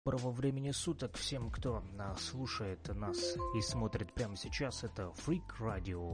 Доброго времени суток всем, кто слушает нас и смотрит прямо сейчас. Это Freak Radio,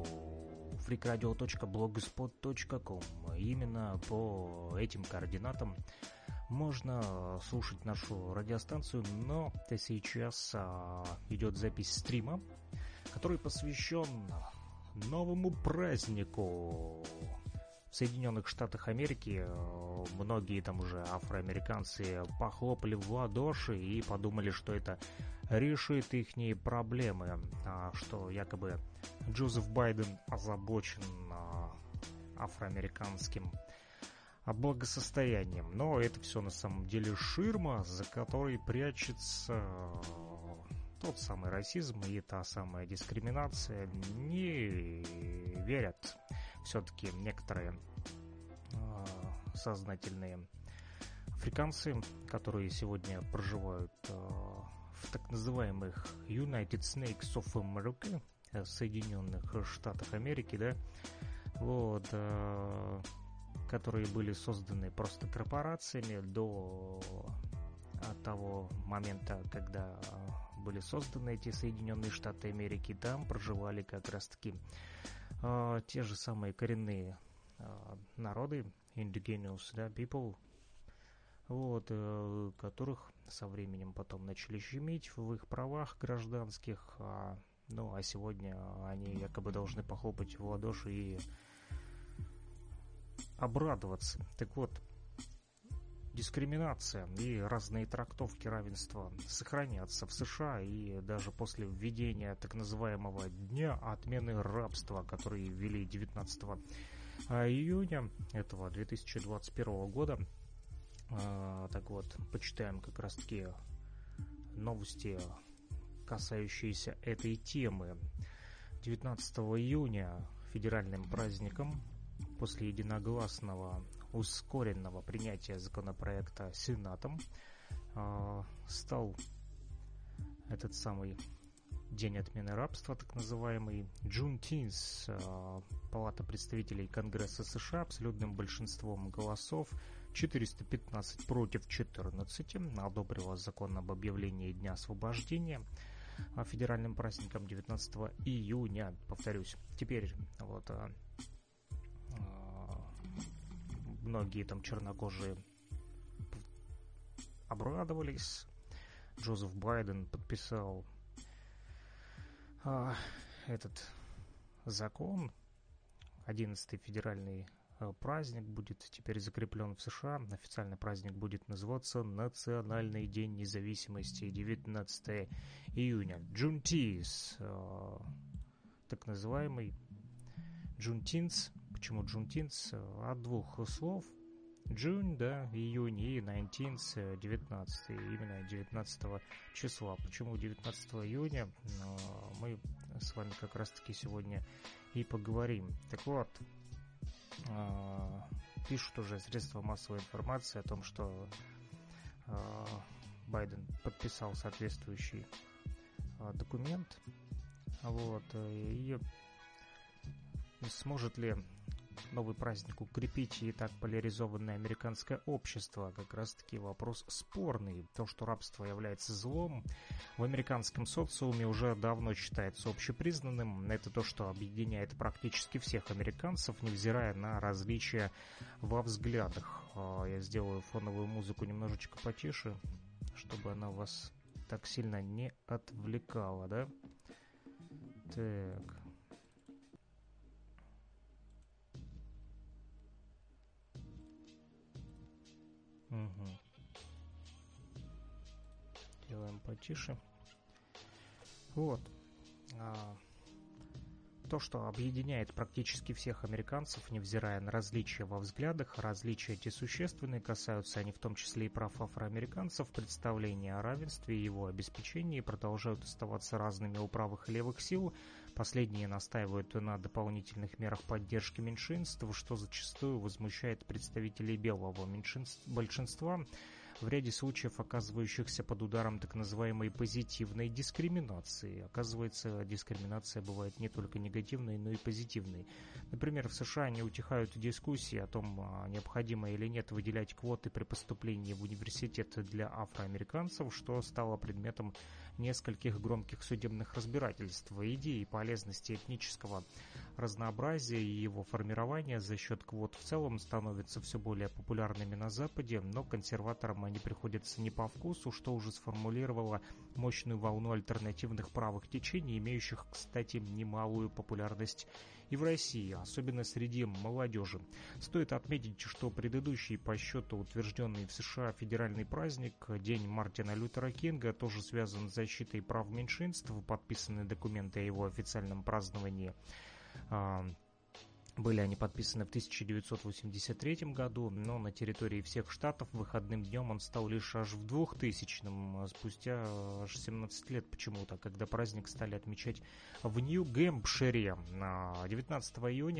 freakradio.blogspot.com. Именно по этим координатам можно слушать нашу радиостанцию, но сейчас идет запись стрима, который посвящен новому празднику. В Соединенных Штатах Америки многие там уже афроамериканцы похлопали в ладоши и подумали, что это решит ихние проблемы, что якобы Джозеф Байден озабочен афроамериканским благосостоянием. Но это все на самом деле ширма, за которой прячется тот самый расизм и та самая дискриминация. Не верят все-таки некоторые сознательные африканцы, которые сегодня проживают в так называемых United States of America, Соединенных Штатах Америки, да, вот, которые были созданы просто корпорациями до того момента, когда были созданы эти Соединенные Штаты Америки. Там проживали как раз-таки те же самые коренные народы, indigenous, да, people, вот, которых со временем потом начали щемить в их правах гражданских, ну, а сегодня они якобы должны похлопать в ладоши и обрадоваться. Так вот, дискриминация и разные трактовки равенства сохранятся в США и даже после введения так называемого Дня отмены рабства, который ввели 19 июня этого 2021 года. Так вот, почитаем как раз таки новости, касающиеся этой темы. 19 июня федеральным праздником после единогласного ускоренного принятия законопроекта Сенатом стал этот самый День отмены рабства, так называемый Juneteenth. Палата представителей Конгресса США абсолютным большинством голосов 415 против 14 одобрила закон об объявлении Дня освобождения федеральным праздником 19 июня. Повторюсь, теперь вот многие там чернокожие обрадовались. Джозеф Байден подписал этот закон. 11-й федеральный праздник будет теперь закреплен в США. Официальный праздник будет называться Национальный день независимости, 19 июня. Juneteenth, так называемый Juneteenth. Почему Juneteenth? От двух слов. June, да, июнь, и 19, 19, именно 19 числа. Почему 19 июня? Мы с вами как раз-таки сегодня и поговорим. Так вот, пишут уже средства массовой информации о том, что Байден подписал соответствующий документ. Вот, и сможет ли новый праздник укрепить и так поляризованное американское общество? Как раз таки вопрос спорный. То, что рабство является злом, в американском социуме уже давно считается общепризнанным. Это то, что объединяет практически всех американцев, невзирая на различия во взглядах. Я сделаю фоновую музыку немножечко потише, чтобы она вас так сильно не отвлекала, да? Так. Угу. Делаем потише. Вот. То, что объединяет практически всех американцев, невзирая на различия во взглядах, различия эти существенные, касаются они в том числе и прав афроамериканцев, представления о равенстве и его обеспечении продолжают оставаться разными у правых и левых сил. Последние настаивают на дополнительных мерах поддержки меньшинств, что зачастую возмущает представителей белого большинства. в ряде случаев оказывающихся под ударом так называемой позитивной дискриминации. Оказывается, дискриминация бывает не только негативной, но и позитивной. Например, в США не утихают дискуссии о том, необходимо или нет выделять квоты при поступлении в университет для афроамериканцев, что стало предметом нескольких громких судебных разбирательств. Идеи полезности этнического разнообразия и его формирования за счет квот в целом становятся все более популярными на Западе, но консерваторам они приходятся не по вкусу, что уже сформулировало мощную волну альтернативных правых течений, имеющих, кстати, немалую популярность и в России, особенно среди молодежи. Стоит отметить, что предыдущий по счету утвержденный в США федеральный праздник, День Мартина Лютера Кинга, тоже связан с защитой прав меньшинств. Подписаны документы о его официальном праздновании. Были они подписаны в 1983 году, но на территории всех штатов выходным днем он стал лишь аж в 2000-м, спустя аж 17 лет почему-то, когда праздник стали отмечать в Нью-Гэмпшире. 19 июня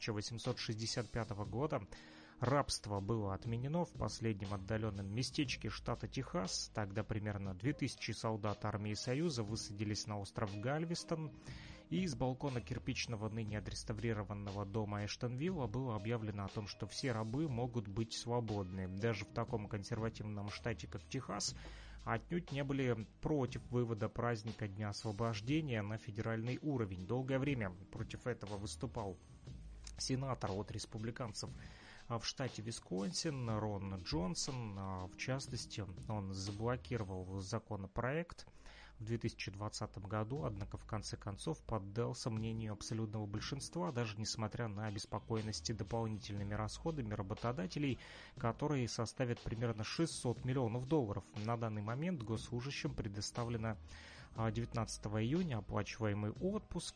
1865 года рабство было отменено в последнем отдаленном местечке штата Техас. Тогда примерно 2000 солдат армии Союза высадились на остров Гальвестон, и с балкона кирпичного ныне отреставрированного дома Эштонвилла было объявлено о том, что все рабы могут быть свободны. Даже в таком консервативном штате, как Техас, отнюдь не были против вывода праздника Дня освобождения на федеральный уровень. Долгое время против этого выступал сенатор от республиканцев в штате Висконсин Рон Джонсон. В частности, он заблокировал законопроект в 2020 году, однако в конце концов поддался мнению абсолютного большинства, даже несмотря на обеспокоенности дополнительными расходами работодателей, которые составят примерно $600 миллионов. На данный момент госслужащим предоставлено 19 июня оплачиваемый отпуск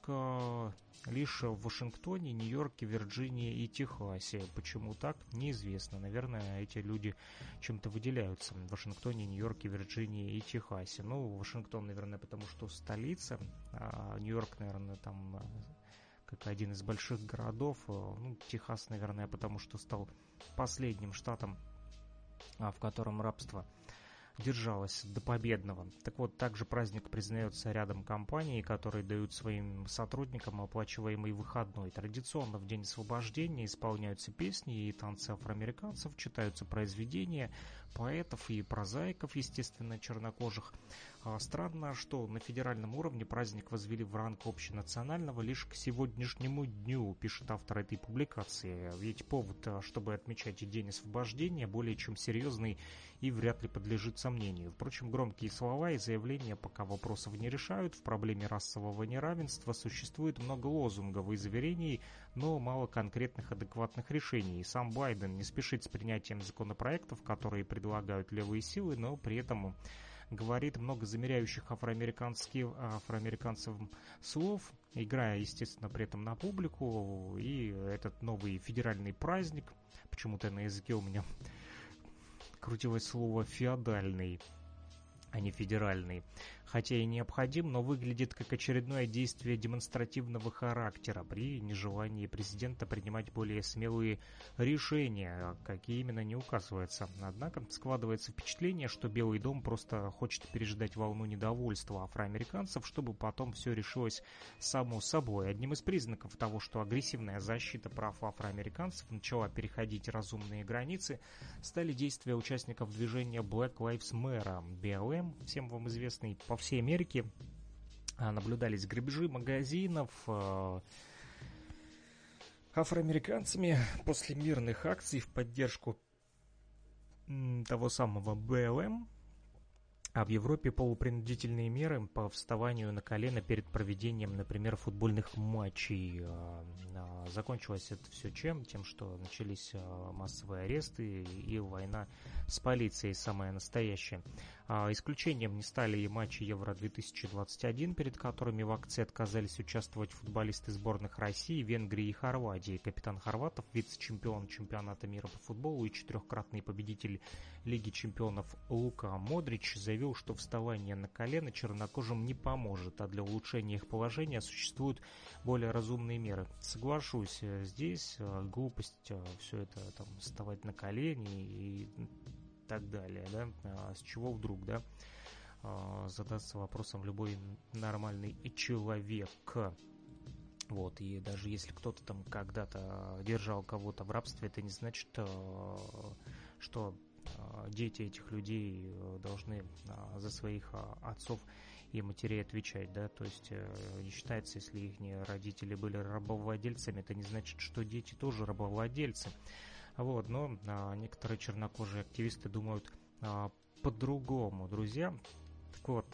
лишь в Вашингтоне, Нью-Йорке, Вирджинии и Техасе. Почему так, неизвестно. Наверное, эти люди чем-то выделяются в Вашингтоне, Нью-Йорке, Вирджинии и Техасе. Ну, Вашингтон, наверное, потому что столица, а Нью-Йорк, наверное, там как один из больших городов. Ну, Техас, наверное, потому что стал последним штатом, в котором рабство держалась до победного. Так вот, также праздник признается рядом компаний, которые дают своим сотрудникам оплачиваемый выходной. Традиционно в День освобождения исполняются песни и танцы афроамериканцев, читаются произведения поэтов и прозаиков, естественно, чернокожих. Странно, что на федеральном уровне праздник возвели в ранг общенационального лишь к сегодняшнему дню, пишет автор этой публикации. Ведь повод, чтобы отмечать День освобождения, более чем серьезный и вряд ли подлежит сомнению. Впрочем, громкие слова и заявления пока вопросов не решают. В проблеме расового неравенства существует много лозунгов и заверений, но мало конкретных адекватных решений. Сам Байден не спешит с принятием законопроектов, которые предлагают левые силы, но при этом говорит много замеряющих афроамериканцев слов, играя, естественно, при этом на публику. И этот новый федеральный праздник, почему-то на языке у меня крутилось слово «феодальный», а не «федеральный», хотя и необходим, но выглядит как очередное действие демонстративного характера при нежелании президента принимать более смелые решения, какие именно не указывается. Однако складывается впечатление, что Белый дом просто хочет переждать волну недовольства афроамериканцев, чтобы потом все решилось само собой. Одним из признаков того, что агрессивная защита прав афроамериканцев начала переходить разумные границы, стали действия участников движения Black Lives Matter, BLM, всем вам известный, по всей Америке. Наблюдались грабежи магазинов афроамериканцами после мирных акций в поддержку того самого БЛМ. А в Европе полупринудительные меры по вставанию на колено перед проведением, например, футбольных матчей. Закончилось это все чем? Тем, что начались массовые аресты и война с полицией самая настоящая. Исключением не стали и матчи Евро-2021, перед которыми в акции отказались участвовать футболисты сборных России, Венгрии и Хорватии. Капитан хорватов, вице-чемпион чемпионата мира по футболу и четырехкратный победитель Лиги чемпионов Лука Модрич заявил, что вставание на колено чернокожим не поможет, а для улучшения их положения существуют более разумные меры. Соглашусь, здесь глупость все это там вставать на колени и так далее, да, с чего вдруг, да, задаться вопросом любой нормальный человек. Вот, и даже если кто-то там когда-то держал кого-то в рабстве, это не значит, что дети этих людей должны за своих отцов и матерей отвечать, да, то есть не считается, если их родители были рабовладельцами, это не значит, что дети тоже рабовладельцы. Вот, но некоторые чернокожие активисты думают по-другому, друзья. Так вот,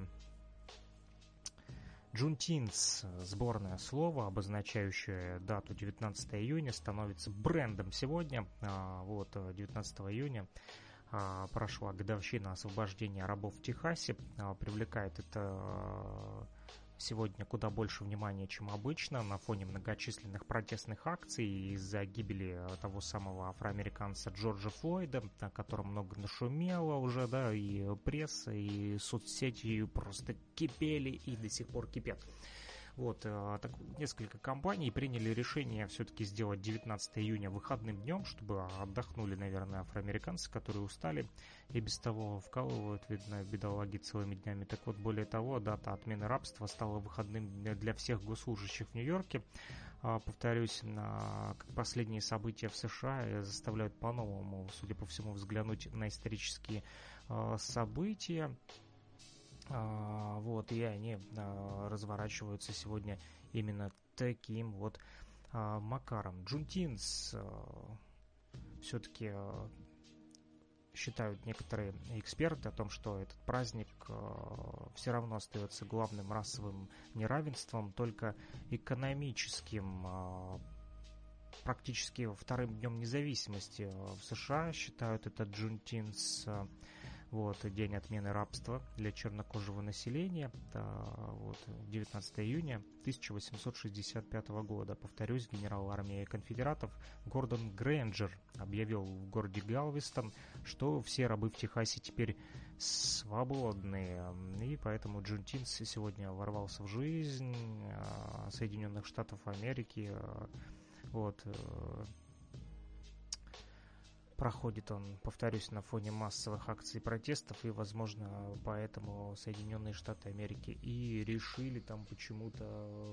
Джунтинс, сборное слово, обозначающее дату 19 июня, становится брендом сегодня. Вот, 19 июня прошла годовщина освобождения рабов в Техасе. Привлекает это сегодня куда больше внимания, чем обычно, на фоне многочисленных протестных акций из-за гибели того самого афроамериканца Джорджа Флойда, о котором много нашумело уже, да, и пресса, и соцсети просто кипели и до сих пор кипят. Вот, так, несколько компаний приняли решение все-таки сделать 19 июня выходным днем, чтобы отдохнули, наверное, афроамериканцы, которые устали и без того вкалывают, видно, бедолаги целыми днями. Так вот, более того, дата отмены рабства стала выходным для всех госслужащих в Нью-Йорке. Повторюсь, как последние события в США заставляют по-новому, судя по всему, взглянуть на исторические события. Вот, и они разворачиваются сегодня именно таким вот макаром. Джунтинс все-таки считают некоторые эксперты о том, что этот праздник все равно остается главным расовым неравенством, только экономическим. Практически вторым днем независимости в США считают этот Джунтинс, вот, день отмены рабства для чернокожего населения. Вот, 19 июня 1865 года. Повторюсь, генерал армии конфедератов Гордон Грэнджер объявил в городе Галвестон, что все рабы в Техасе теперь свободны. И поэтому Джунтинс сегодня ворвался в жизнь Соединенных Штатов Америки. Вот, проходит он, повторюсь, на фоне массовых акций протестов, и, возможно, поэтому Соединенные Штаты Америки и решили там почему-то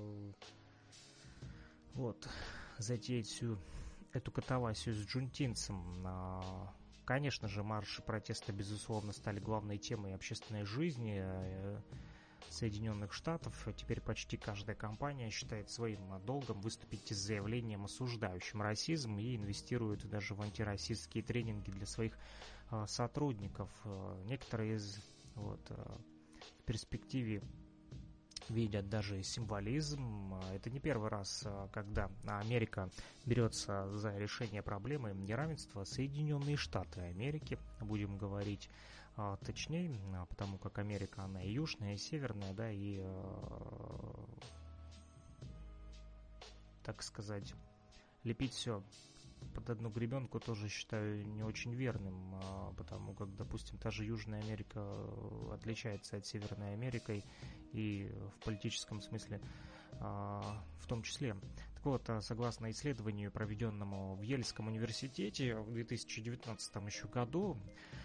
вот затеять всю эту катавасию с джунтинцем. Конечно же, марши протеста, безусловно, стали главной темой общественной жизни Соединенных Штатов. Теперь почти каждая компания считает своим долгом выступить с заявлением, осуждающим расизм, и инвестирует даже в антирасистские тренинги для своих сотрудников. Некоторые из в перспективе видят даже символизм. Это не первый раз, когда Америка берется за решение проблемы неравенства. Соединенные Штаты Америки, будем говорить точнее, потому как Америка, она и южная, и северная, да, и, так сказать, лепить все под одну гребенку тоже считаю не очень верным, потому как, допустим, та же Южная Америка отличается от Северной Америки и в политическом смысле в том числе. Так вот, согласно исследованию, проведенному в Ельском университете в 2019 еще году,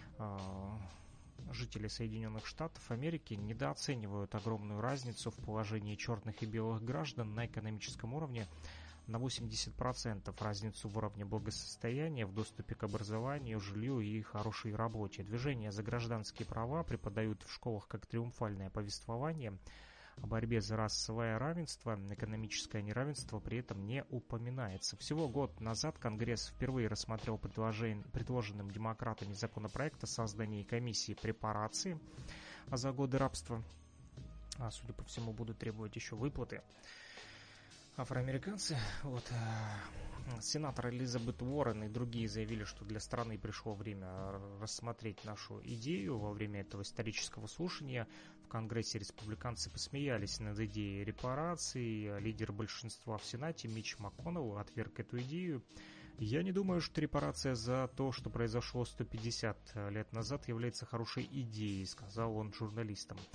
жители Соединенных Штатов Америки недооценивают огромную разницу в положении черных и белых граждан на экономическом уровне на 80%, разницу в уровне благосостояния, в доступе к образованию, жилью и хорошей работе. Движение за гражданские права преподают в школах как триумфальное повествование о борьбе за расовое равенство, экономическое неравенство при этом не упоминается. Всего год назад Конгресс впервые рассмотрел предложенным демократами законопроект о создании комиссии по репарации за годы рабства. Судя по всему, будут требовать еще выплаты. Афроамериканцы, вот, сенатор Элизабет Уоррен и другие заявили, что для страны пришло время рассмотреть нашу идею. Во время этого исторического слушания в Конгрессе республиканцы посмеялись над идеей репараций. Лидер большинства в Сенате Митч МакКоннелл отверг эту идею. Я не думаю, что репарация за то, что произошло 150 лет назад, является хорошей идеей, сказал он журналистам.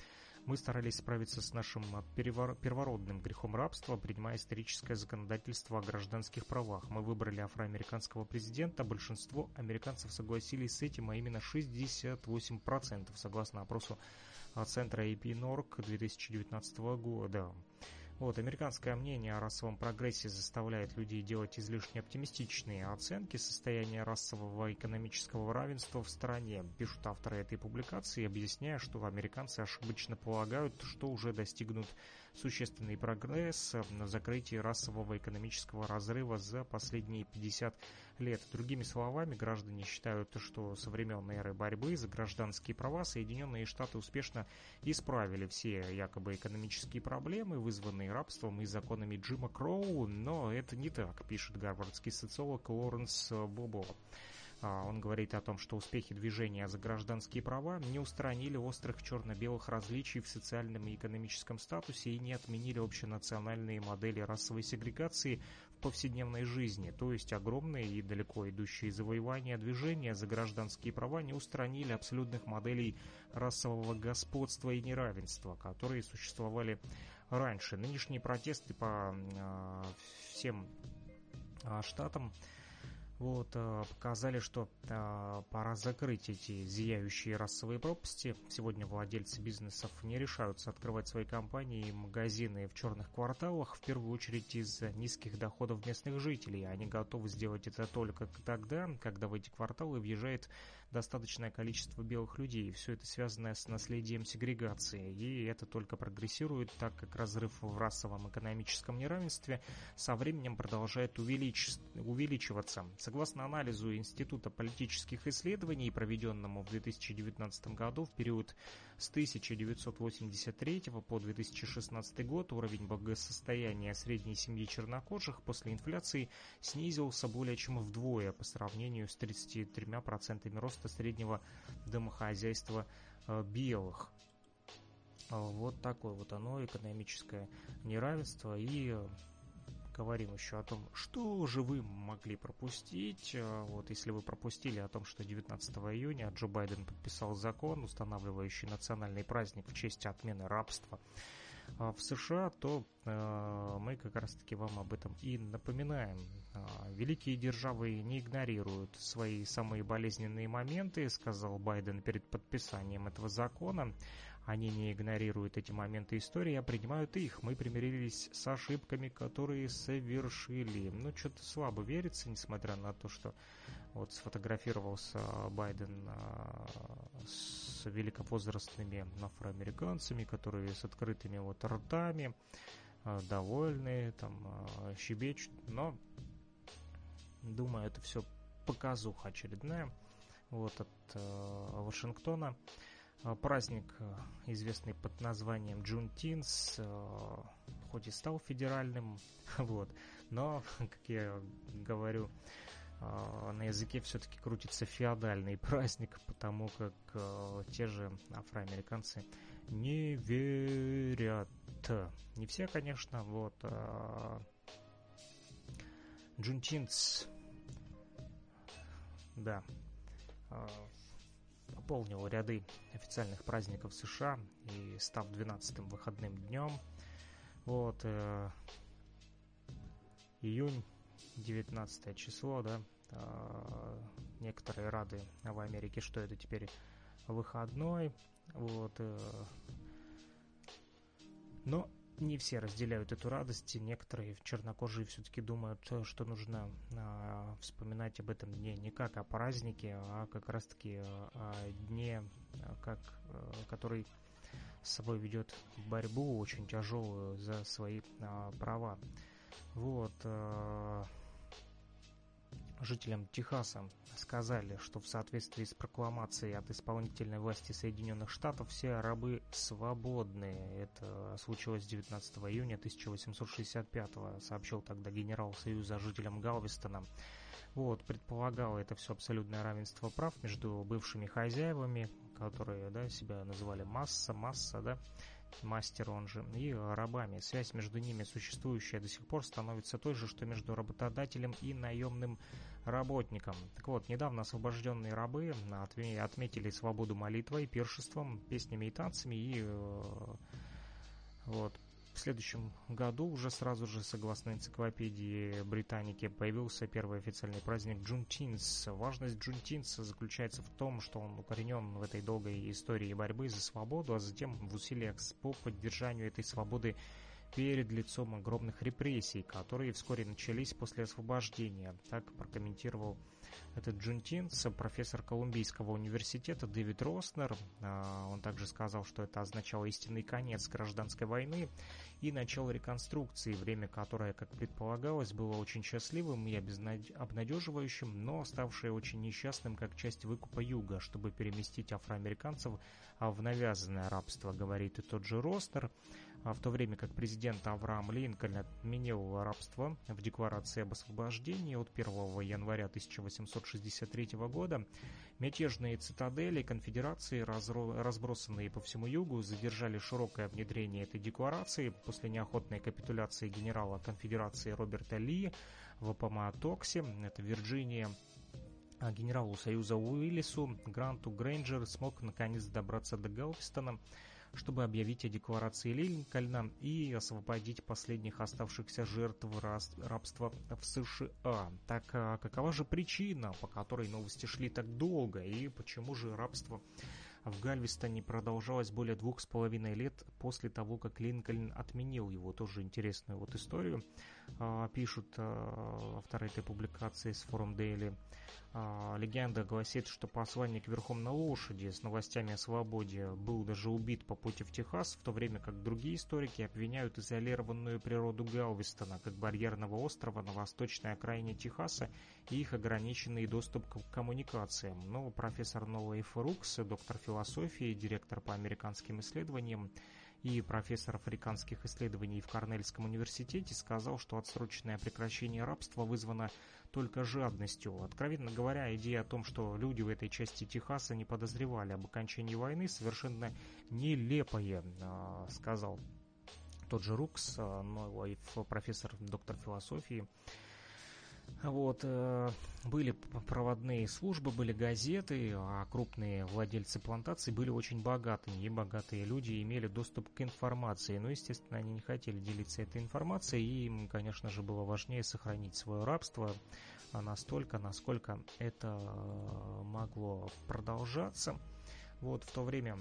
Мы старались справиться с нашим первородным грехом рабства, принимая историческое законодательство о гражданских правах. Мы выбрали афроамериканского президента, большинство американцев согласились с этим, а именно 68%, согласно опросу центра AP-NORC 2019 года. Вот, американское мнение о расовом прогрессе заставляет людей делать излишне оптимистичные оценки состояния расового и экономического равенства в стране, пишут авторы этой публикации, объясняя, что американцы ошибочно полагают, что уже достигнут существенный прогресс на закрытии расового и экономического разрыва за последние 50 лет. Другими словами, граждане считают, что со времен эры борьбы за гражданские права Соединенные Штаты успешно исправили все якобы экономические проблемы, вызванные рабством и законами Джима Кроу, но это не так, пишет гарвардский социолог Лоренс Бобо. Он говорит о том, что успехи движения за гражданские права не устранили острых черно-белых различий в социальном и экономическом статусе и не отменили общенациональные модели расовой сегрегации в повседневной жизни, то есть огромные и далеко идущие завоевания движения за гражданские права не устранили абсолютных моделей расового господства и неравенства, которые существовали раньше. Нынешние протесты по всем штатам показали, что пора закрыть эти зияющие расовые пропасти. Сегодня владельцы бизнесов не решаются открывать свои компании и магазины в черных кварталах, в первую очередь из-за низких доходов местных жителей. Они готовы сделать это только тогда, когда в эти кварталы въезжает достаточное количество белых людей. Все это связано с наследием сегрегации, и это только прогрессирует, так как разрыв в расовом экономическом неравенстве со временем продолжает увеличиваться. Согласно анализу Института политических исследований, проведенному в 2019 году, в период с 1983 по 2016 год, уровень благосостояния средней семьи чернокожих после инфляции снизился более чем вдвое по сравнению с 33% роста среднего домохозяйства белых. Вот такое вот оно, экономическое неравенство. И говорим еще о том, что же вы могли пропустить. Вот если вы пропустили о том, что 19 июня Джо Байден подписал закон, устанавливающий национальный праздник в честь отмены рабства в США, то мы как раз-таки вам об этом и напоминаем. Великие державы не игнорируют свои самые болезненные моменты, сказал Байден перед подписанием этого закона. Они не игнорируют эти моменты истории, а принимают их. Мы примирились с ошибками, которые совершили. Ну, что-то слабо верится, несмотря на то, что вот сфотографировался Байден с великовозрастными афроамериканцами, которые с открытыми вот ртами, довольные, там, щебечут. Но, думаю, это все показуха очередная вот от Вашингтона. Праздник, известный под названием Juneteenth, хоть и стал федеральным, вот, но, как я говорю, на языке все-таки крутится феодальный праздник, потому как те же афроамериканцы не верят. Не все, конечно, вот. Juneteenth, да, пополнил ряды официальных праздников США и став 12-м выходным днем. Вот, июнь, 19 число, да, некоторые рады в Америке, что это теперь выходной, вот, но не все разделяют эту радость, некоторые чернокожие все-таки думают, что нужно вспоминать об этом дне не как о празднике, а как раз-таки о дне, который с собой ведет борьбу очень тяжелую за свои права. Вот. Жителям Техаса сказали, что в соответствии с прокламацией от исполнительной власти Соединенных Штатов все рабы свободны. Это случилось 19 июня 1865-го, сообщил тогда генерал Союза жителям Галвестона. Вот, предполагало это все абсолютное равенство прав между бывшими хозяевами, которые, да, себя называли масса, да, мастер он же, и рабами. Связь между ними, существующая до сих пор, становится той же, что между работодателем и наемным работникам. Так вот, недавно освобожденные рабы отметили свободу молитвой, пиршеством, песнями и танцами, и вот в следующем году уже сразу же, согласно энциклопедии Британики, появился первый официальный праздник Джунтинс. Важность Джунтинса заключается в том, что он укоренен в этой долгой истории борьбы за свободу, а затем в усилиях по поддержанию этой свободы перед лицом огромных репрессий, которые вскоре начались после освобождения. Так прокомментировал этот Джунтинс профессор Колумбийского университета Дэвид Роснер. Он также сказал, что это означало истинный конец гражданской войны и начало реконструкции, время которое, как предполагалось, было очень счастливым и обнадеживающим, но ставшее очень несчастным как часть выкупа Юга, чтобы переместить афроамериканцев в навязанное рабство, говорит и тот же Роснер. В то время как президент Авраам Линкольн отменил рабство в Декларации об освобождении от 1 января 1863 года, мятежные цитадели конфедерации, разбросанные по всему югу, задержали широкое внедрение этой декларации после неохотной капитуляции генерала конфедерации Роберта Ли в Аппоматоксе, это Вирджиния. Генералу Союза Уиллису Гранту Грейнджер смог наконец добраться до Галвестона, чтобы объявить о декларации Линкольна и освободить последних оставшихся жертв рабства в США. Так какова же причина, по которой новости шли так долго, и почему же рабство в Галвестоне продолжалось более 2,5 лет после того, как Линкольн отменил его? Тоже интересную вот историю пишут авторы этой публикации с форум Daily. Легенда гласит, что посланник верхом на лошади с новостями о свободе был даже убит по пути в Техас, в то время как другие историки обвиняют изолированную природу Галвестона как барьерного острова на восточной окраине Техаса и их ограниченный доступ к коммуникациям. Но профессор Ноа Ф. Рукс, доктор философии, директор по американским исследованиям и профессор африканских исследований в Корнельском университете, сказал, что отсроченное прекращение рабства вызвано только жадностью. Откровенно говоря, идея о том, что люди в этой части Техаса не подозревали об окончании войны, совершенно нелепая, сказал тот же Рукс, профессор, доктор философии. Вот, были проводные службы, были газеты, а крупные владельцы плантаций были очень богатыми, и богатые люди имели доступ к информации. Но, естественно, они не хотели делиться этой информацией, и им, конечно же, было важнее сохранить свое рабство настолько, насколько это могло продолжаться. Вот, в то время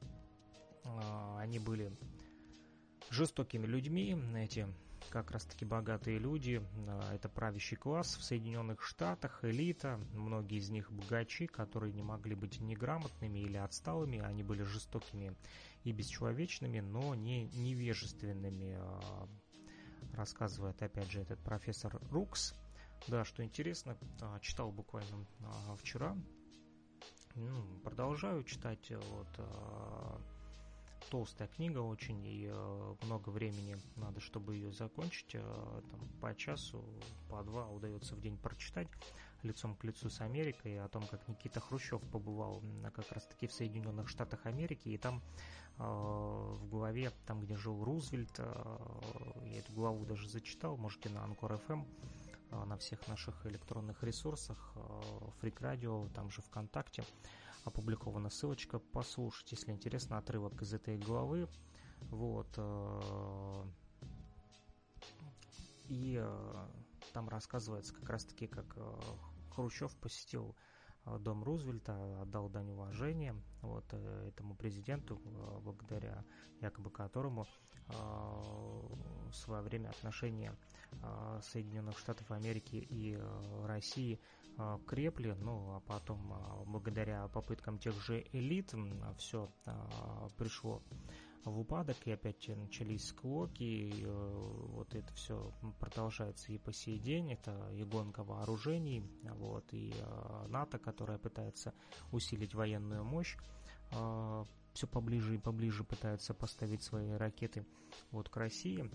они были жестокими людьми, эти как раз-таки богатые люди, это правящий класс в Соединенных Штатах, элита, многие из них богачи, которые не могли быть неграмотными или отсталыми, они были жестокими и бесчеловечными, но не невежественными, рассказывает опять же этот профессор Рукс. Да, что интересно, читал буквально вчера, продолжаю читать, вот, толстая книга очень, и много времени надо, чтобы ее закончить, там, по часу, по два удается в день прочитать, лицом к лицу с Америкой, о том, как Никита Хрущев побывал как раз-таки в Соединенных Штатах Америки, и там в главе, там, где жил Рузвельт, я эту главу даже зачитал, можете на Анкор ФМ, на всех наших электронных ресурсах, Фрик Радио, там же ВКонтакте опубликована ссылочка, послушать, если интересно, отрывок из этой главы. Вот. И там рассказывается как раз-таки, как Хрущев посетил дом Рузвельта, отдал дань уважения вот этому президенту, благодаря якобы которому в свое время отношения Соединенных Штатов Америки и России крепли, ну а потом благодаря попыткам тех же элит все пришло в упадок, и опять начались склоки, и вот это все продолжается и по сей день, это и гонка вооружений, вот, и НАТО, которая пытается усилить военную мощь, все поближе и поближе пытается поставить свои ракеты вот к России,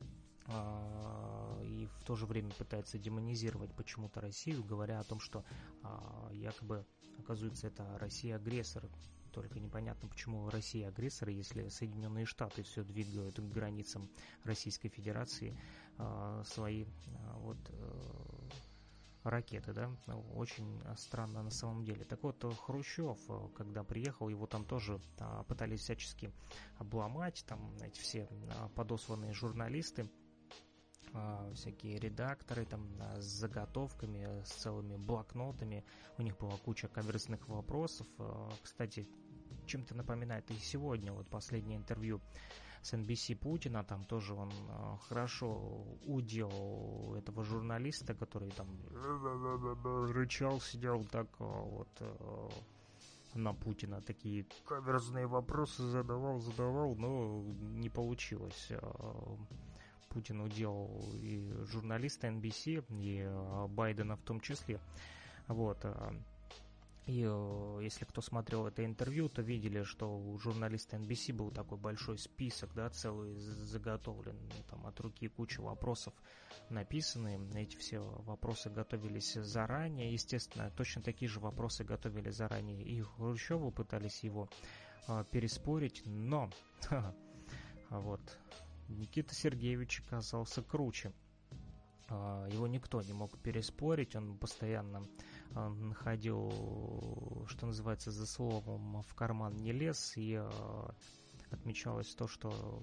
и в то же время пытается демонизировать почему-то Россию, говоря о том, что якобы, оказывается, это Россия агрессор. Только непонятно, почему Россия агрессор, если Соединенные Штаты все двигают к границам Российской Федерации свои вот ракеты, да, очень странно на самом деле. Так вот, Хрущев, когда приехал, его там тоже пытались всячески обломать, там эти все подосланные журналисты, всякие редакторы там с заготовками, с целыми блокнотами, у них была куча каверзных вопросов. Кстати, чем-то напоминает и сегодня, вот последнее интервью с NBC Путина, там тоже он хорошо уделал этого журналиста, который там рычал, сидел так вот на Путина, такие каверзные вопросы задавал, но не получилось. Путин уделал и журналиста NBC, и Байдена в том числе. Вот. И если кто смотрел это интервью, то видели, что у журналиста NBC был такой большой список, да, целый заготовлен, там от руки куча вопросов написаны. Эти все вопросы готовились заранее. Естественно, точно такие же вопросы готовили заранее и Хрущеву, пытались его переспорить, но вот Никита Сергеевич оказался круче. Его никто не мог переспорить, он постоянно находил, что называется, за словом в карман не лез, и отмечалось то, что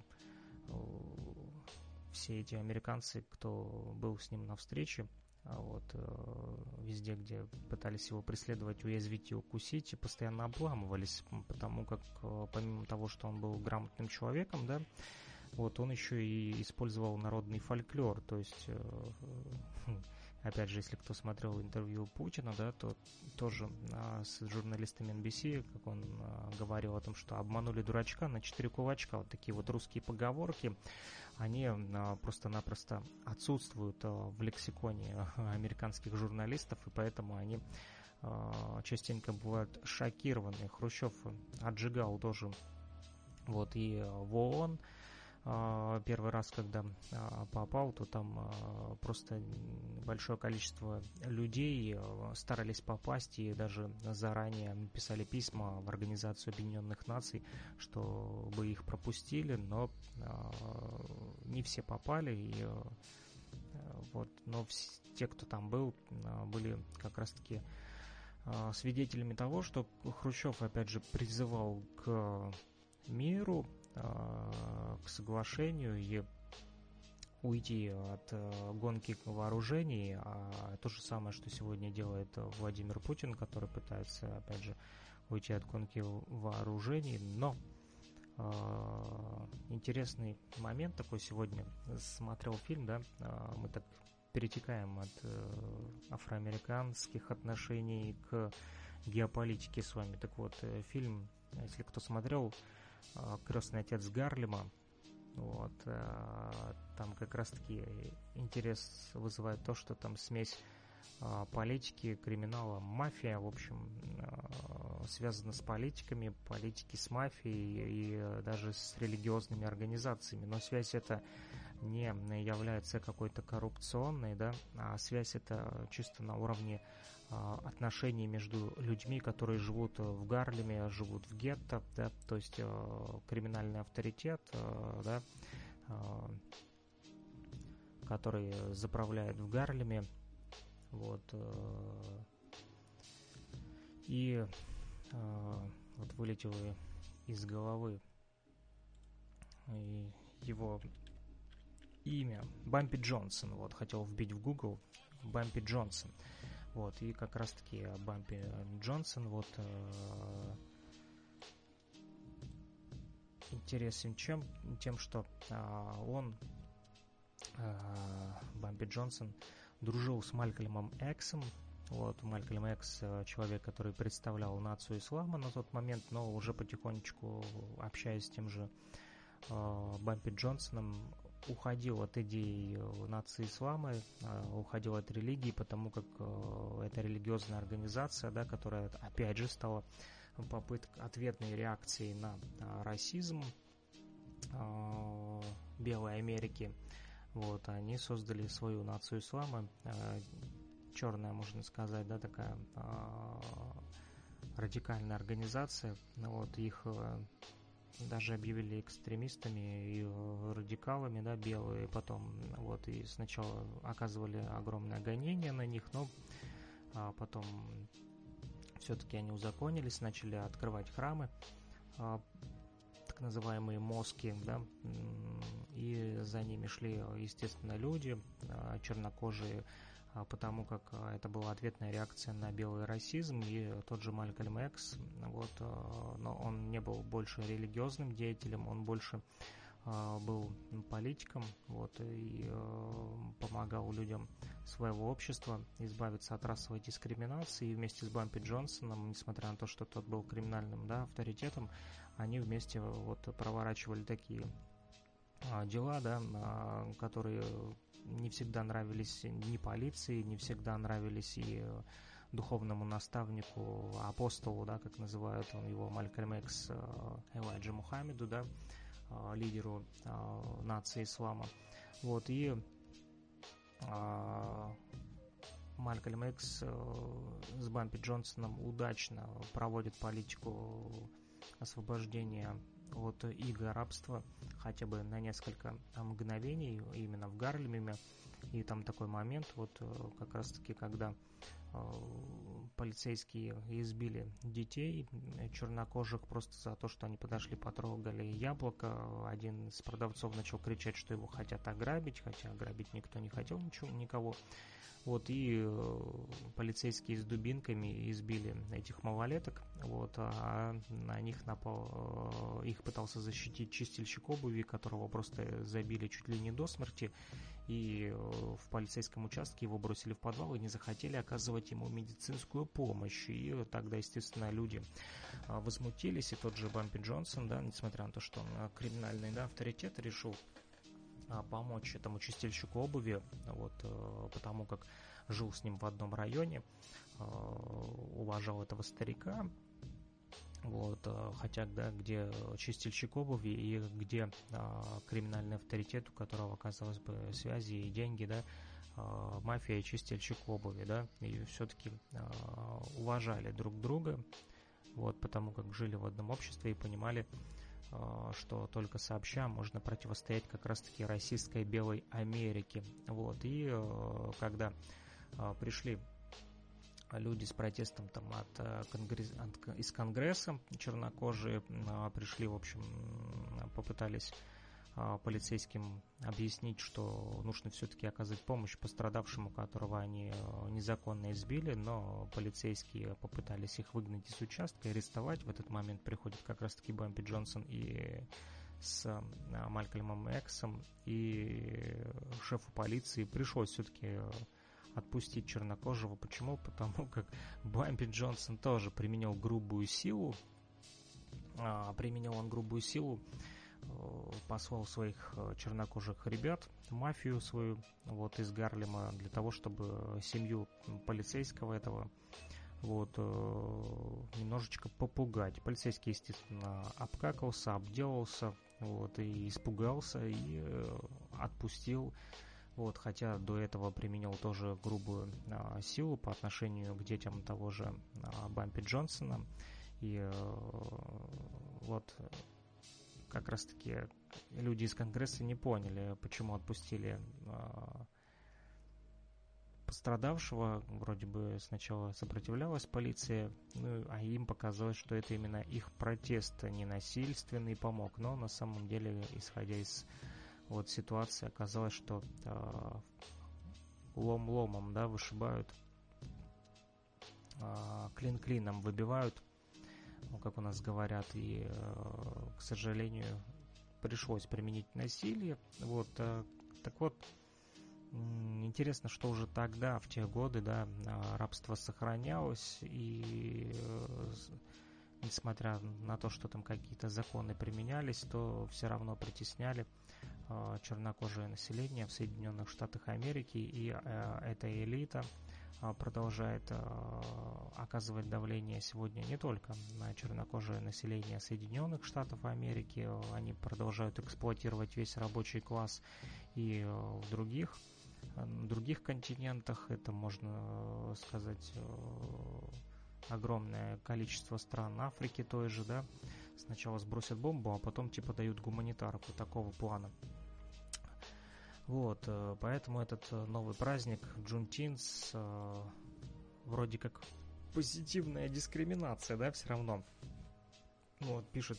все эти американцы, кто был с ним на встрече, вот, везде, где пытались его преследовать, уязвить и укусить, постоянно обламывались, потому как помимо того, что он был грамотным человеком, да, вот он еще и использовал народный фольклор, то есть, опять же, если кто смотрел интервью Путина, да, то тоже с журналистами NBC, как он говорил о том, что обманули дурачка на 4 кулачка, вот такие вот русские поговорки, они просто-напросто отсутствуют в лексиконе американских журналистов, и поэтому они частенько бывают шокированы. Хрущев отжигал тоже вот и в ООН. Первый раз, когда попал, то там просто большое количество людей старались попасть и даже заранее писали письма в Организацию Объединенных Наций, чтобы их пропустили, но не все попали, и вот, но те, кто там был, были как раз-таки свидетелями того, что Хрущев, опять же, призывал к миру, к соглашению и уйти от гонки вооружений, а то же самое, что сегодня делает Владимир Путин, который пытается, опять же, уйти от гонки вооружений, но интересный момент такой сегодня, смотрел фильм, да, мы так перетекаем от афроамериканских отношений к геополитике с вами, так вот, фильм, если кто смотрел, «Крестный отец Гарлема», вот, там как раз-таки интерес вызывает то, что там смесь политики, криминала, мафия, в общем, связана с политиками, политики с мафией и даже с религиозными организациями, но связь эта не является какой-то коррупционной, да, а связь это чисто на уровне отношений между людьми, которые живут в Гарлеме, живут в гетто, да, то есть криминальный авторитет, да, который заправляет в Гарлеме, вот, и вот вылетело из головы и его имя Бампи Джонсон, вот, хотел вбить в Google Бампи Джонсон. Вот, и как раз-таки Бампи Джонсон вот интересен тем, что он, Бампи Джонсон, дружил с Малькольмом Эксом. Вот, Малькольм Экс — человек, который представлял нацию ислама на тот момент, но уже потихонечку, общаясь с тем же Бампи Джонсоном, уходил от идей нации ислама, уходил от религии, потому как это религиозная организация, да, которая опять же стала попыткой ответной реакции на расизм Белой Америки. Вот, они создали свою нацию ислама, черная, можно сказать, да, такая радикальная организация. Вот, их даже объявили экстремистами и радикалами, да, белые, потом вот и сначала оказывали огромное гонение на них, но потом все-таки они узаконились, начали открывать храмы, так называемые моски, да, и за ними шли, естественно, люди, чернокожие, потому как это была ответная реакция на белый расизм, и тот же Малькольм Экс, вот, но он не был больше религиозным деятелем, он больше был политиком, вот, и помогал людям своего общества избавиться от расовой дискриминации, и вместе с Бампи Джонсоном, несмотря на то, что тот был криминальным, да, авторитетом, они вместе вот проворачивали такие дела, да, которые не всегда нравились ни полиции, не всегда нравились и духовному наставнику, апостолу, да, как называют его, Малькольм Экс, Элайджа Мухаммеду, да, лидеру нации ислама. Вот, и Малькольм Экс с Бампи Джонсоном удачно проводит политику освобождения от иго рабства хотя бы на несколько мгновений именно в Гарлеме. И там такой момент, вот как раз таки, когда полицейские избили детей чернокожих просто за то, что они подошли, потрогали яблоко. Один из продавцов начал кричать, что его хотят ограбить, хотя ограбить никто не хотел никого. Вот, и полицейские с дубинками избили этих малолеток, вот, а на них напал, их пытался защитить чистильщик обуви, которого просто забили чуть ли не до смерти, и в полицейском участке его бросили в подвал и не захотели оказывать ему медицинскую помощь, и тогда, естественно, люди возмутились, и тот же Бампи Джонсон, да, несмотря на то, что он криминальный, да, авторитет, решил помочь этому чистильщику обуви, вот, потому как жил с ним в одном районе, уважал этого старика, вот, хотя, да, где чистильщик обуви и где криминальный авторитет, у которого, казалось бы, связи и деньги, да, мафия и чистильщик обуви, да, и все-таки уважали друг друга, вот, потому как жили в одном обществе и понимали, что только сообща можно противостоять как раз-таки расистской белой Америке. Вот. И когда пришли люди с протестом там из Конгресса, чернокожие пришли, в общем, попытались полицейским объяснить, что нужно все-таки оказать помощь пострадавшему, которого они незаконно избили, но полицейские попытались их выгнать из участка и арестовать. В этот момент приходит как раз-таки Бампи Джонсон и с Малькольмом Эксом, и шефу полиции пришлось все-таки отпустить чернокожего. Почему? Потому как Бампи Джонсон тоже применил грубую силу, послал своих чернокожих ребят, мафию свою, вот, из Гарлема, для того, чтобы семью полицейского этого, вот, немножечко попугать. Полицейский, естественно, обкакался, обделался, вот, и испугался, и отпустил, вот, хотя до этого применил тоже грубую силу по отношению к детям того же Бампи Джонсона, и вот как раз-таки люди из Конгресса не поняли, почему отпустили пострадавшего. Вроде бы сначала сопротивлялась полиция, ну, а им показалось, что это именно их протест ненасильственный помог. Но на самом деле, исходя из вот ситуации, оказалось, что лом ломом, да, вышибают, клин клином выбивают, ну, как у нас говорят, и, к сожалению, пришлось применить насилие. Вот, так вот, интересно, что уже тогда, в те годы, да, рабство сохранялось, и несмотря на то, что там какие-то законы применялись, то все равно притесняли чернокожее население в Соединенных Штатах Америки, и эта элита продолжает оказывать давление сегодня не только на чернокожее население Соединенных Штатов Америки, они продолжают эксплуатировать весь рабочий класс и в других континентах. Это, можно сказать, огромное количество стран Африки той же, да, Сначала сбросят бомбу, а потом типа дают гуманитарку такого плана. Вот, поэтому этот новый праздник Джунтинс вроде как позитивная дискриминация, да, все равно. Вот, пишет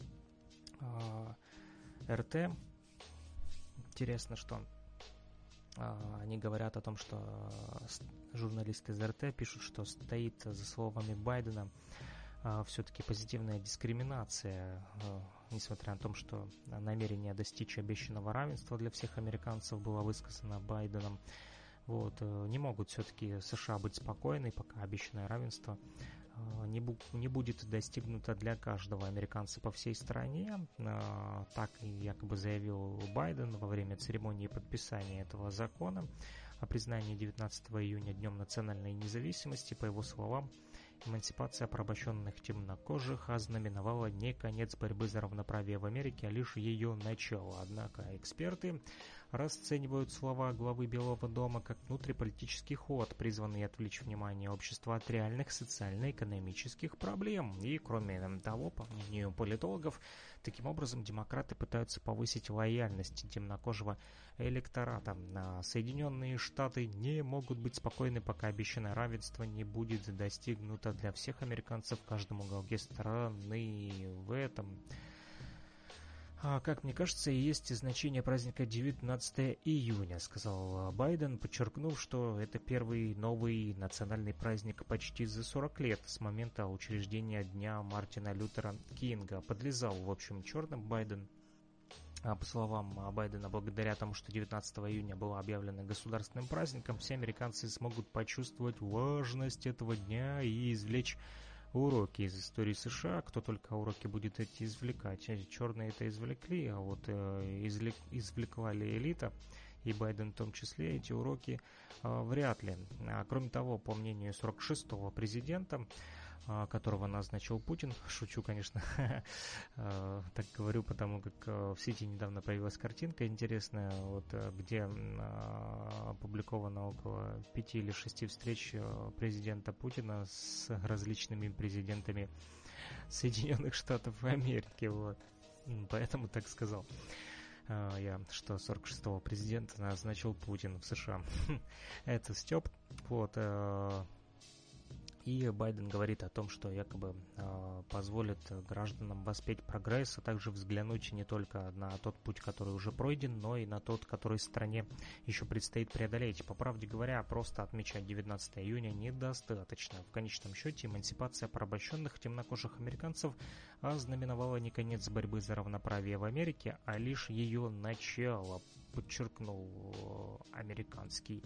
РТ. Интересно, что они говорят о том, что журналисты из РТ пишут, что стоит за словами Байдена все-таки позитивная дискриминация, несмотря на то, что намерение достичь обещанного равенства для всех американцев было высказано Байденом. Вот, не могут все-таки США быть спокойны, пока обещанное равенство не будет достигнуто для каждого американца по всей стране. Так якобы заявил Байден во время церемонии подписания этого закона о признании 19 июня Днем национальной независимости. По его словам, эмансипация порабощенных темнокожих ознаменовала не конец борьбы за равноправие в Америке, а лишь ее начало. Однако эксперты расценивают слова главы Белого дома как внутриполитический ход, призванный отвлечь внимание общества от реальных социально-экономических проблем. И, кроме того, по мнению политологов, таким образом демократы пытаются повысить лояльность темнокожего электората. Соединенные Штаты не могут быть спокойны, пока обещанное равенство не будет достигнуто для всех американцев в каждом уголке страны. В этом, как мне кажется, и есть значение праздника 19 июня, сказал Байден, подчеркнув, что это первый новый национальный праздник почти за 40 лет с момента учреждения Дня Мартина Лютера Кинга. Подлезал, в общем, черным Байден. По словам Байдена, благодаря тому, что 19 июня было объявлено государственным праздником, все американцы смогут почувствовать важность этого дня и извлечь уроки из истории США. Кто только уроки будет эти извлекать. Черные это извлекли, а вот извлекла ли элита, и Байден в том числе, эти уроки вряд ли. Кроме того, по мнению 46-го президента, которого назначил Путин. Шучу, конечно. Так говорю, потому как в сети недавно появилась картинка интересная, вот, где опубликовано около 5 или 6 встреч президента Путина с различными президентами Соединенных Штатов Америки. Вот. Поэтому так сказал я, что 46-го президента назначил Путин в США. Это стёб. Вот. И Байден говорит о том, что якобы позволит гражданам воспеть прогресс, а также взглянуть не только на тот путь, который уже пройден, но и на тот, который стране еще предстоит преодолеть. По правде говоря, просто отмечать 19 июня недостаточно. В конечном счете, эмансипация порабощенных темнокожих американцев ознаменовала не конец борьбы за равноправие в Америке, а лишь ее начало, подчеркнул американский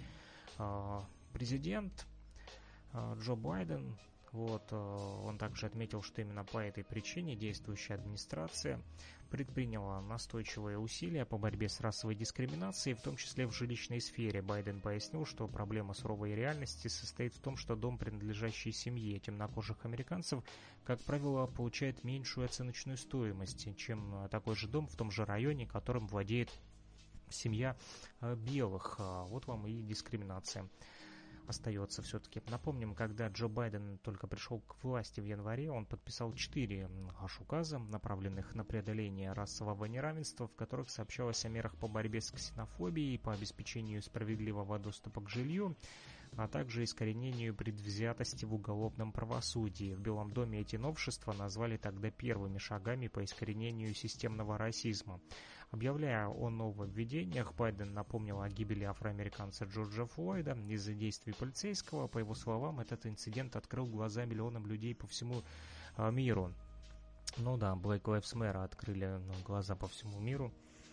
президент Джо Байден. Вот, он также отметил, что именно по этой причине действующая администрация предприняла настойчивые усилия по борьбе с расовой дискриминацией, в том числе в жилищной сфере. Байден пояснил, что проблема суровой реальности состоит в том, что дом, принадлежащий семье темнокожих американцев, как правило, получает меньшую оценочную стоимость, чем такой же дом в том же районе, которым владеет семья белых. Вот вам и дискриминация остается все-таки. Напомним, когда Джо Байден только пришел к власти в январе, он подписал 4 указа, направленных на преодоление расового неравенства, в которых сообщалось о мерах по борьбе с ксенофобией, по обеспечению справедливого доступа к жилью, а также искоренению предвзятости в уголовном правосудии. В Белом доме эти новшества назвали тогда первыми шагами по искоренению системного расизма. Объявляя о нововведениях, Байден напомнил о гибели афроамериканца Джорджа Флойда из-за действий полицейского. По его словам, этот инцидент открыл глаза миллионам людей по всему миру. Ну да, Black Lives Matter открыли глаза по всему миру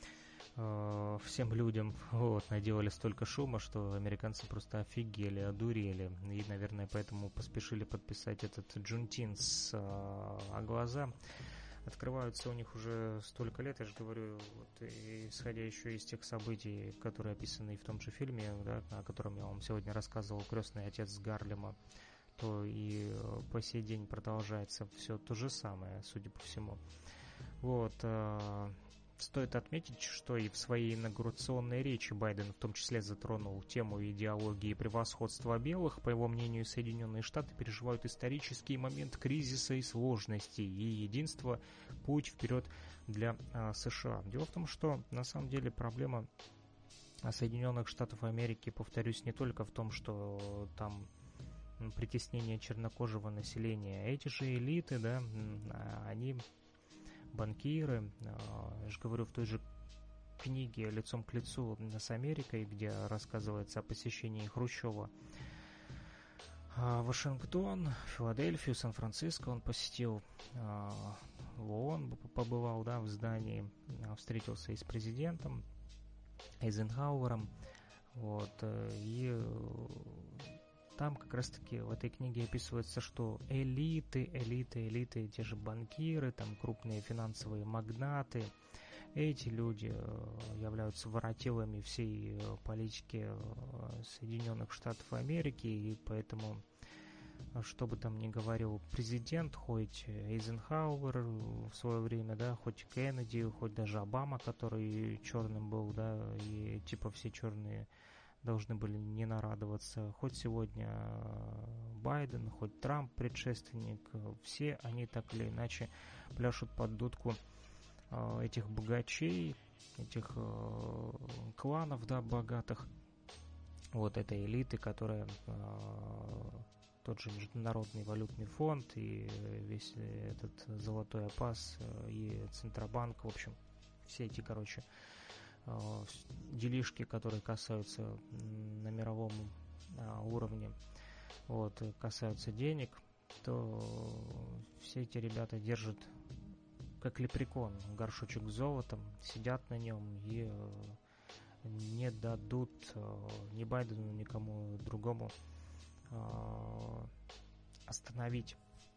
всем людям. Вот, наделали столько шума, что американцы просто офигели, одурели. И, наверное, поэтому поспешили подписать этот Джунтинс. А глаза открываются у них уже столько лет, я же говорю, вот, исходя еще из тех событий, которые описаны и в том же фильме, да, о котором я вам сегодня рассказывал, «Крестный отец Гарлема», то и по сей день продолжается все то же самое, судя по всему. Вот, Стоит отметить, что и в своей инаугурационной речи Байден в том числе затронул тему идеологии и превосходства белых. По его мнению, Соединенные Штаты переживают исторический момент кризиса и сложностей, и единство – путь вперед для США. Дело в том, что на самом деле проблема Соединенных Штатов Америки, повторюсь, не только в том, что там притеснение чернокожего населения. Эти же элиты, да, они банкиры, я же говорю, в той же книге «Лицом к лицу с Америкой», где рассказывается о посещении Хрущева Вашингтон, Филадельфию, Сан-Франциско он посетил, в ООН побывал, да, в здании, встретился и с президентом Эйзенхауэром, вот, и там как раз-таки в этой книге описывается, что элиты, те же банкиры, там крупные финансовые магнаты, эти люди являются воротилами всей политики Соединенных Штатов Америки, и поэтому, что бы там ни говорил президент, хоть Эйзенхауэр в свое время, да, хоть Кеннеди, хоть даже Обама, который черным был, да, и типа все черные должны были не нарадоваться, хоть сегодня Байден, хоть Трамп, предшественник, все они так или иначе пляшут под дудку этих богачей, этих кланов, да, богатых, вот этой элиты, которая тот же Международный валютный фонд и весь этот золотой опас и Центробанк, в общем, все эти, короче, делишки, которые касаются на мировом уровне, вот, касаются денег, то все эти ребята держат как лепрекон горшочек с золотом, сидят на нем и не дадут ни Байдену, никому другому остановить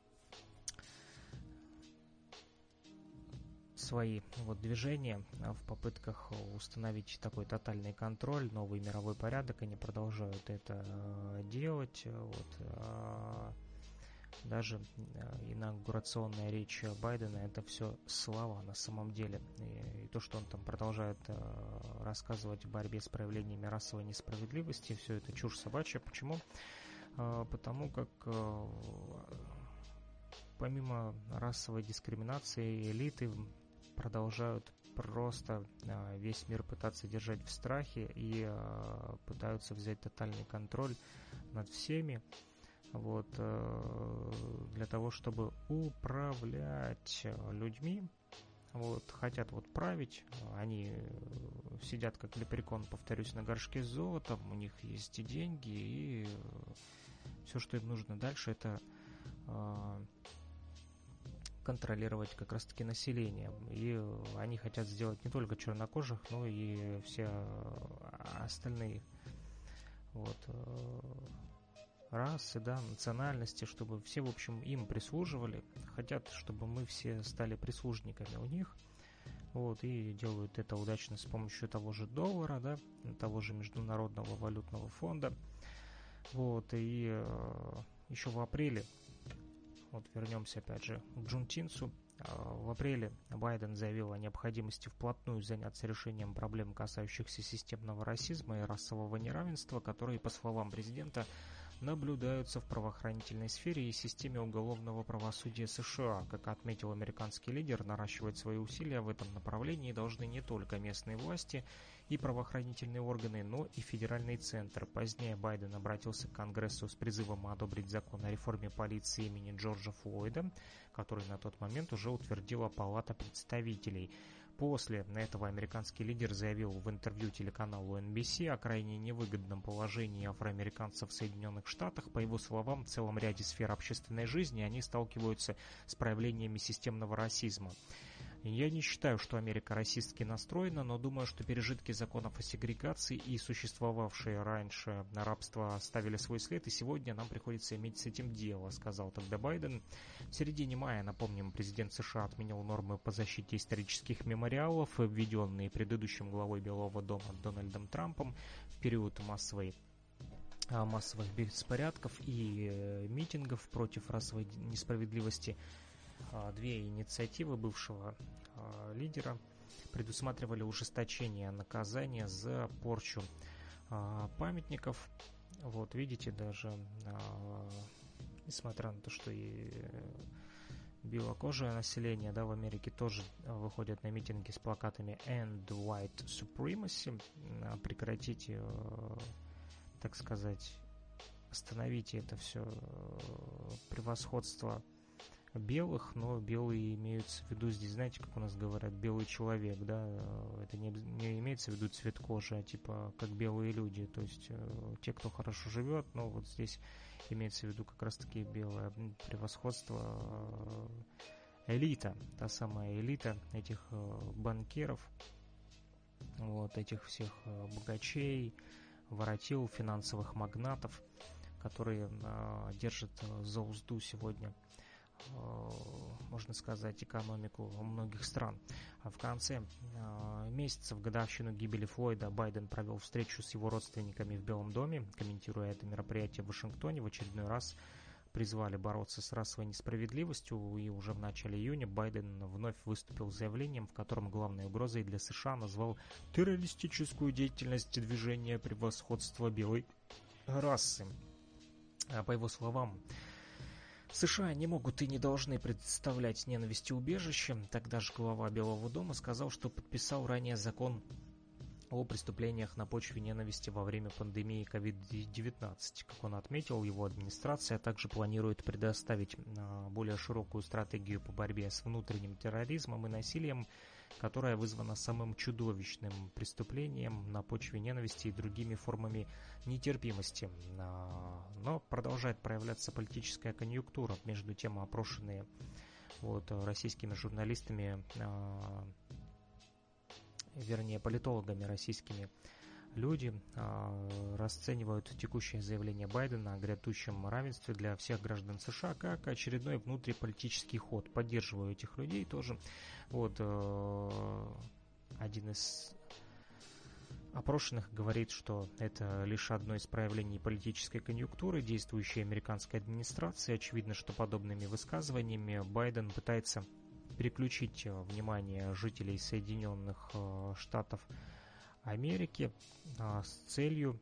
свои вот движения в попытках установить такой тотальный контроль, новый мировой порядок. Они продолжают это делать. Вот, даже инаугурационная речь Байдена — это все слова на самом деле. И то, что он там продолжает рассказывать о борьбе с проявлениями расовой несправедливости, все это чушь собачья. Почему? Потому как помимо расовой дискриминации элиты продолжают просто весь мир пытаться держать в страхе и пытаются взять тотальный контроль над всеми, вот, для того, чтобы управлять людьми, вот, хотят вот править, они сидят как лепрекон, повторюсь, на горшке с золотом, у них есть и деньги, и все, что им нужно дальше, это контролировать как раз-таки население. И они хотят сделать не только чернокожих, но и все остальные вот расы, да, национальности, чтобы все, в общем, им прислуживали. Хотят, чтобы мы все стали прислужниками у них. Вот, и делают это удачно с помощью того же доллара, да, того же Международного валютного фонда. Вот, и еще в апреле, вот вернемся опять же к Джунтинцу, в апреле Байден заявил о необходимости вплотную заняться решением проблем, касающихся системного расизма и расового неравенства, которые, по словам президента, наблюдаются в правоохранительной сфере и системе уголовного правосудия США. Как отметил американский лидер, наращивать свои усилия в этом направлении должны не только местные власти и правоохранительные органы, но и федеральный центр. Позднее Байден обратился к Конгрессу с призывом одобрить закон о реформе полиции имени Джорджа Флойда, который на тот момент уже утвердила Палата представителей. После этого американский лидер заявил в интервью телеканалу NBC о крайне невыгодном положении афроамериканцев в Соединенных Штатах. По его словам, в целом ряде сфер общественной жизни они сталкиваются с проявлениями системного расизма. Я не считаю, что Америка расистски настроена, но думаю, что пережитки законов о сегрегации и существовавшее раньше рабство оставили свой след, и сегодня нам приходится иметь с этим дело, сказал тогда Байден. В середине мая, напомним, президент США отменил нормы по защите исторических мемориалов, введенные предыдущим главой Белого дома Дональдом Трампом в период массовых беспорядков и митингов против расовой несправедливости. Две инициативы бывшего лидера, предусматривали ужесточение наказания за порчу памятников. Вот, видите, даже несмотря на то, что и белокожее население, да, в Америке тоже выходят на митинги с плакатами «End White Supremacy», прекратите, так сказать, остановите это все превосходство белых, но белые имеются в виду здесь, знаете, как у нас говорят, белый человек, да, это не имеется в виду цвет кожи, а типа как белые люди, то есть те, кто хорошо живет, но вот здесь имеется в виду как раз-таки белое превосходство, элита, та самая элита этих банкиров, вот этих всех богачей, воротил, финансовых магнатов, которые держат за узду сегодня, можно сказать, экономику многих стран. В конце месяца, в годовщину гибели Флойда, Байден провел встречу с его родственниками в Белом доме. Комментируя это мероприятие в Вашингтоне, в очередной раз призвали бороться с расовой несправедливостью, и уже в начале июня Байден вновь выступил с заявлением, в котором главной угрозой для США назвал террористическую деятельность движения превосходства белой расы. По его словам, США не могут и не должны представлять ненависть и убежище. Тогда же глава Белого дома сказал, что подписал ранее закон о преступлениях на почве ненависти во время пандемии COVID-19. Как он отметил, его администрация также планирует предоставить более широкую стратегию по борьбе с внутренним терроризмом и насилием, которая вызвана самым чудовищным преступлением на почве ненависти и другими формами нетерпимости. Но продолжает проявляться политическая конъюнктура. Между тем, опрошенные российскими журналистами, вернее политологами российскими, люди расценивают текущее заявление Байдена о грядущем равенстве для всех граждан США как очередной внутриполитический ход. Поддерживаю этих людей тоже. Один из опрошенных говорит, что это лишь одно из проявлений политической конъюнктуры действующей американской администрации. Очевидно, что подобными высказываниями Байден пытается переключить внимание жителей Соединенных Штатов Америки с целью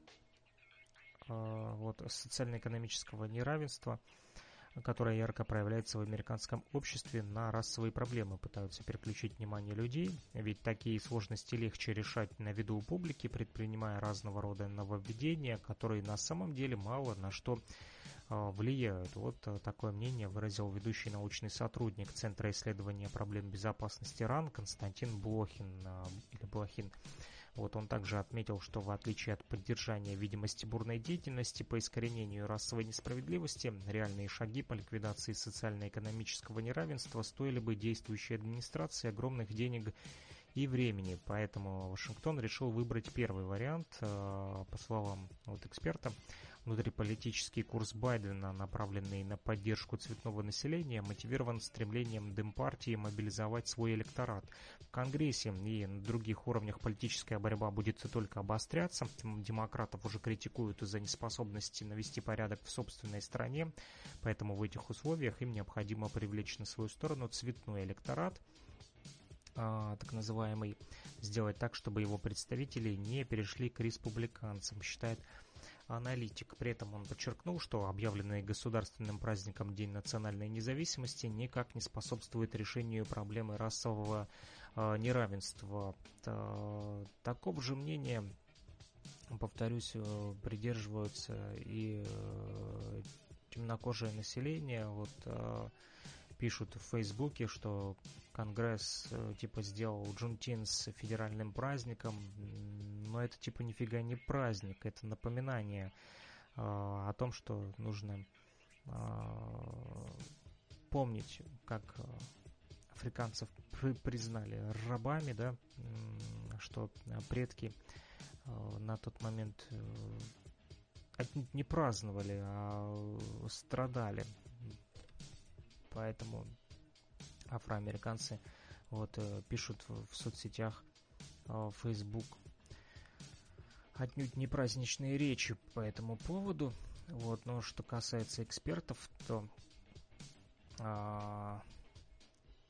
социально-экономического неравенства, которое ярко проявляется в американском обществе, на расовые проблемы. Пытаются переключить внимание людей, ведь такие сложности легче решать на виду у публики, предпринимая разного рода нововведения, которые на самом деле мало на что влияют. Вот такое мнение выразил ведущий научный сотрудник Центра исследования проблем безопасности РАН Константин Блохин. Он также отметил, что в отличие от поддержания видимости бурной деятельности по искоренению расовой несправедливости, реальные шаги по ликвидации социально-экономического неравенства стоили бы действующей администрации огромных денег и времени. Поэтому Вашингтон решил выбрать первый вариант. По словам эксперта, внутриполитический курс Байдена, направленный на поддержку цветного населения, мотивирован стремлением Демпартии мобилизовать свой электорат. В Конгрессе и на других уровнях политическая борьба будет только обостряться. Демократов уже критикуют из-за неспособности навести порядок в собственной стране, поэтому в этих условиях им необходимо привлечь на свою сторону цветной электорат, так называемый, сделать так, чтобы его представители не перешли к республиканцам, считает аналитик. При этом он подчеркнул, что объявленный государственным праздником День национальной независимости никак не способствует решению проблемы расового неравенства. Такого же мнения, повторюсь, придерживаются и темнокожее население. Пишут в Фейсбуке, что Конгресс сделал Джунтинс федеральным праздником, но это нифига не праздник, это напоминание о том, что нужно помнить, как африканцев признали рабами, да, что предки на тот момент отнюдь не праздновали, а страдали. Поэтому афроамериканцы пишут в соцсетях, в Facebook, отнюдь не праздничные речи по этому поводу. Но что касается экспертов, то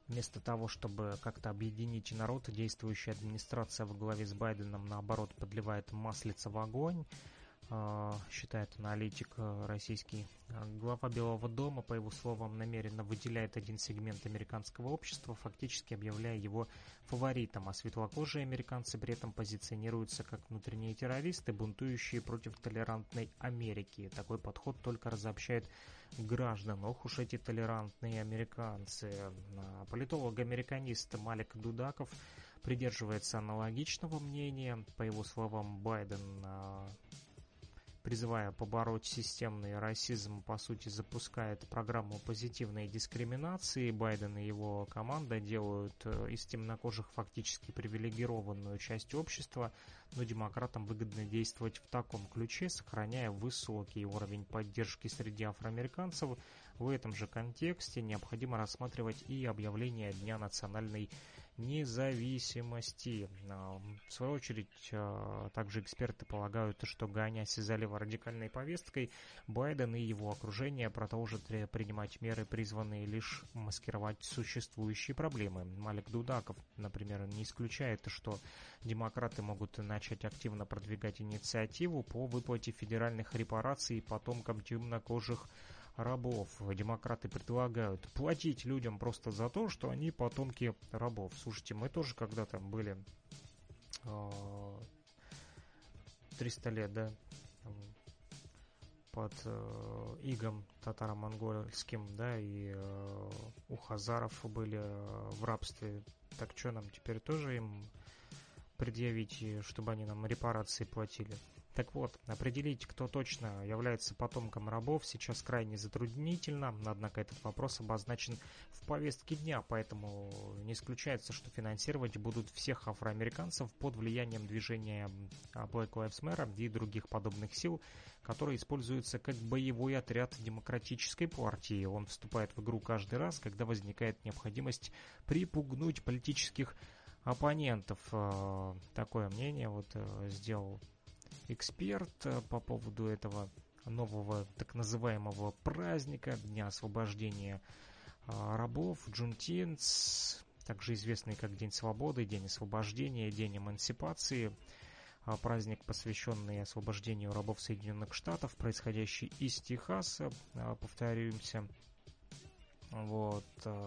Вместо того, чтобы как-то объединить народ, действующая администрация во главе с Байденом, наоборот, подливает маслица в огонь, считает аналитик российский. Глава Белого дома, по его словам, намеренно выделяет один сегмент американского общества, фактически объявляя его фаворитом, а светлокожие американцы при этом позиционируются как внутренние террористы, бунтующие против толерантной Америки. Такой подход только разобщает граждан. Ох уж эти толерантные американцы. Политолог-американист Малик Дудаков придерживается аналогичного мнения. По его словам, Байден, призывая побороть системный расизм, по сути, запускает программу позитивной дискриминации. Байден и его команда делают из темнокожих фактически привилегированную часть общества, но демократам выгодно действовать в таком ключе, сохраняя высокий уровень поддержки среди афроамериканцев. В этом же контексте необходимо рассматривать и объявление Дня национальной независимости. В свою очередь, также эксперты полагают, что, гонясь за леворадикальной повесткой, Байден и его окружение продолжат принимать меры, призванные лишь маскировать существующие проблемы. Малик Дудаков, например, не исключает, что демократы могут начать активно продвигать инициативу по выплате федеральных репараций потомкам темнокожих рабов. Демократы предлагают платить людям просто за то, что они потомки рабов. Слушайте, мы тоже когда-то были 300 лет, да, под игом татаро-монгольским, да, и у хазаров были в рабстве. Так что нам теперь тоже им предъявить, чтобы они нам репарации платили? Так вот, определить, кто точно является потомком рабов, сейчас крайне затруднительно, однако этот вопрос обозначен в повестке дня, поэтому не исключается, что финансировать будут всех афроамериканцев под влиянием движения Black Lives Matter и других подобных сил, которые используются как боевой отряд демократической партии. Он вступает в игру каждый раз, когда возникает необходимость припугнуть политических оппонентов. Такое мнение сделал эксперт по поводу этого нового так называемого праздника Дня освобождения рабов, Джунтинс, также известный как День свободы, День освобождения, День эмансипации, праздник, посвященный освобождению рабов Соединенных Штатов, происходящий из Техаса, повторюемся. Вот.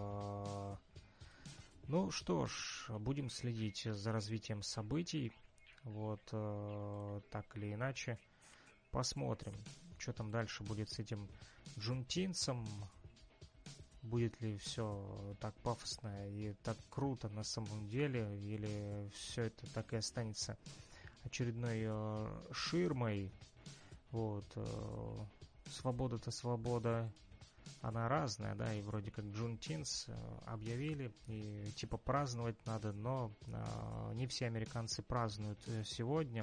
Ну что ж, будем следить за развитием событий. Вот, так или иначе, посмотрим, что там дальше будет с этим джунтинцем. Будет ли все так пафосно и так круто на самом деле, или все это так и останется очередной ширмой. Вот, свобода-то свобода, она разная, да, и вроде как Джунтинс объявили, и типа праздновать надо, но не все американцы празднуют сегодня.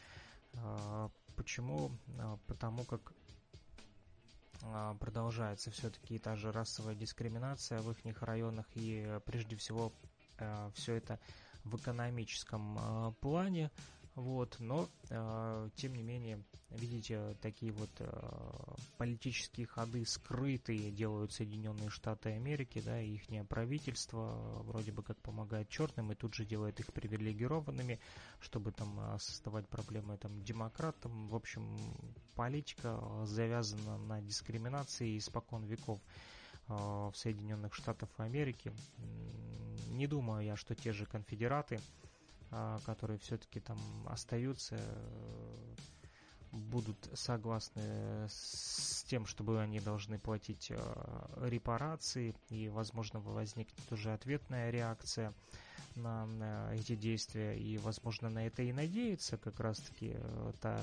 Почему? Потому как продолжается все-таки та же расовая дискриминация в их районах, и прежде всего все это в экономическом плане. Вот, но, тем не менее, видите, такие вот политические ходы скрытые делают Соединенные Штаты Америки, да, и ихнее правительство вроде бы как помогает черным и тут же делает их привилегированными, чтобы там создавать проблемы там демократам. В общем, политика завязана на дискриминации испокон веков в Соединенных Штатах Америки. Не думаю я, что те же конфедераты, которые все-таки там остаются, будут согласны с тем, чтобы они должны платить репарации, и, возможно, возникнет уже ответная реакция на эти действия, и, возможно, на это и надеется как раз-таки та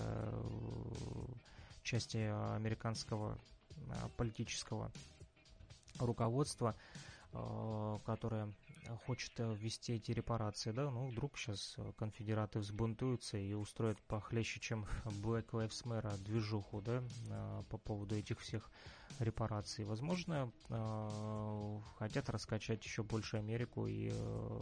часть американского политического руководства, которая хочет ввести эти репарации, да, ну, вдруг сейчас конфедераты взбунтуются и устроят похлеще, чем Black Lives Matter движуху, да, по поводу этих всех репараций. Возможно, хотят раскачать еще больше Америку и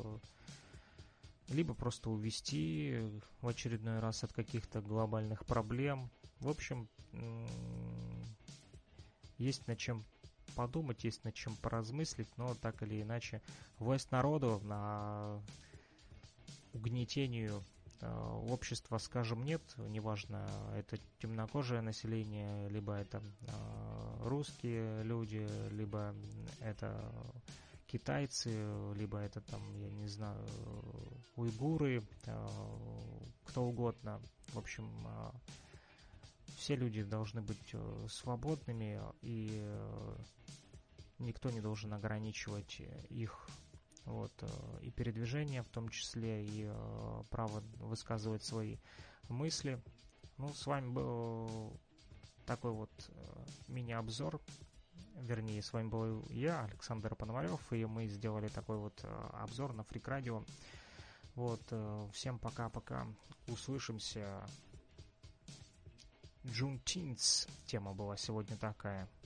либо просто увести в очередной раз от каких-то глобальных проблем. В общем, есть над чем подумать, есть над чем поразмыслить, но так или иначе власть народу на угнетению общества, скажем, нет, неважно, это темнокожее население, либо это русские люди, либо это китайцы, либо это там, я не знаю, уйгуры, кто угодно. В общем, все люди должны быть свободными, и никто не должен ограничивать их вот, и передвижение, в том числе, и право высказывать свои мысли. Ну, с вами был такой вот мини-обзор. Вернее, с вами был я, Александр Пономарев, и мы сделали такой вот обзор на Freak Radio. Вот, всем пока-пока. Услышимся. Juneteenth тема была сегодня такая.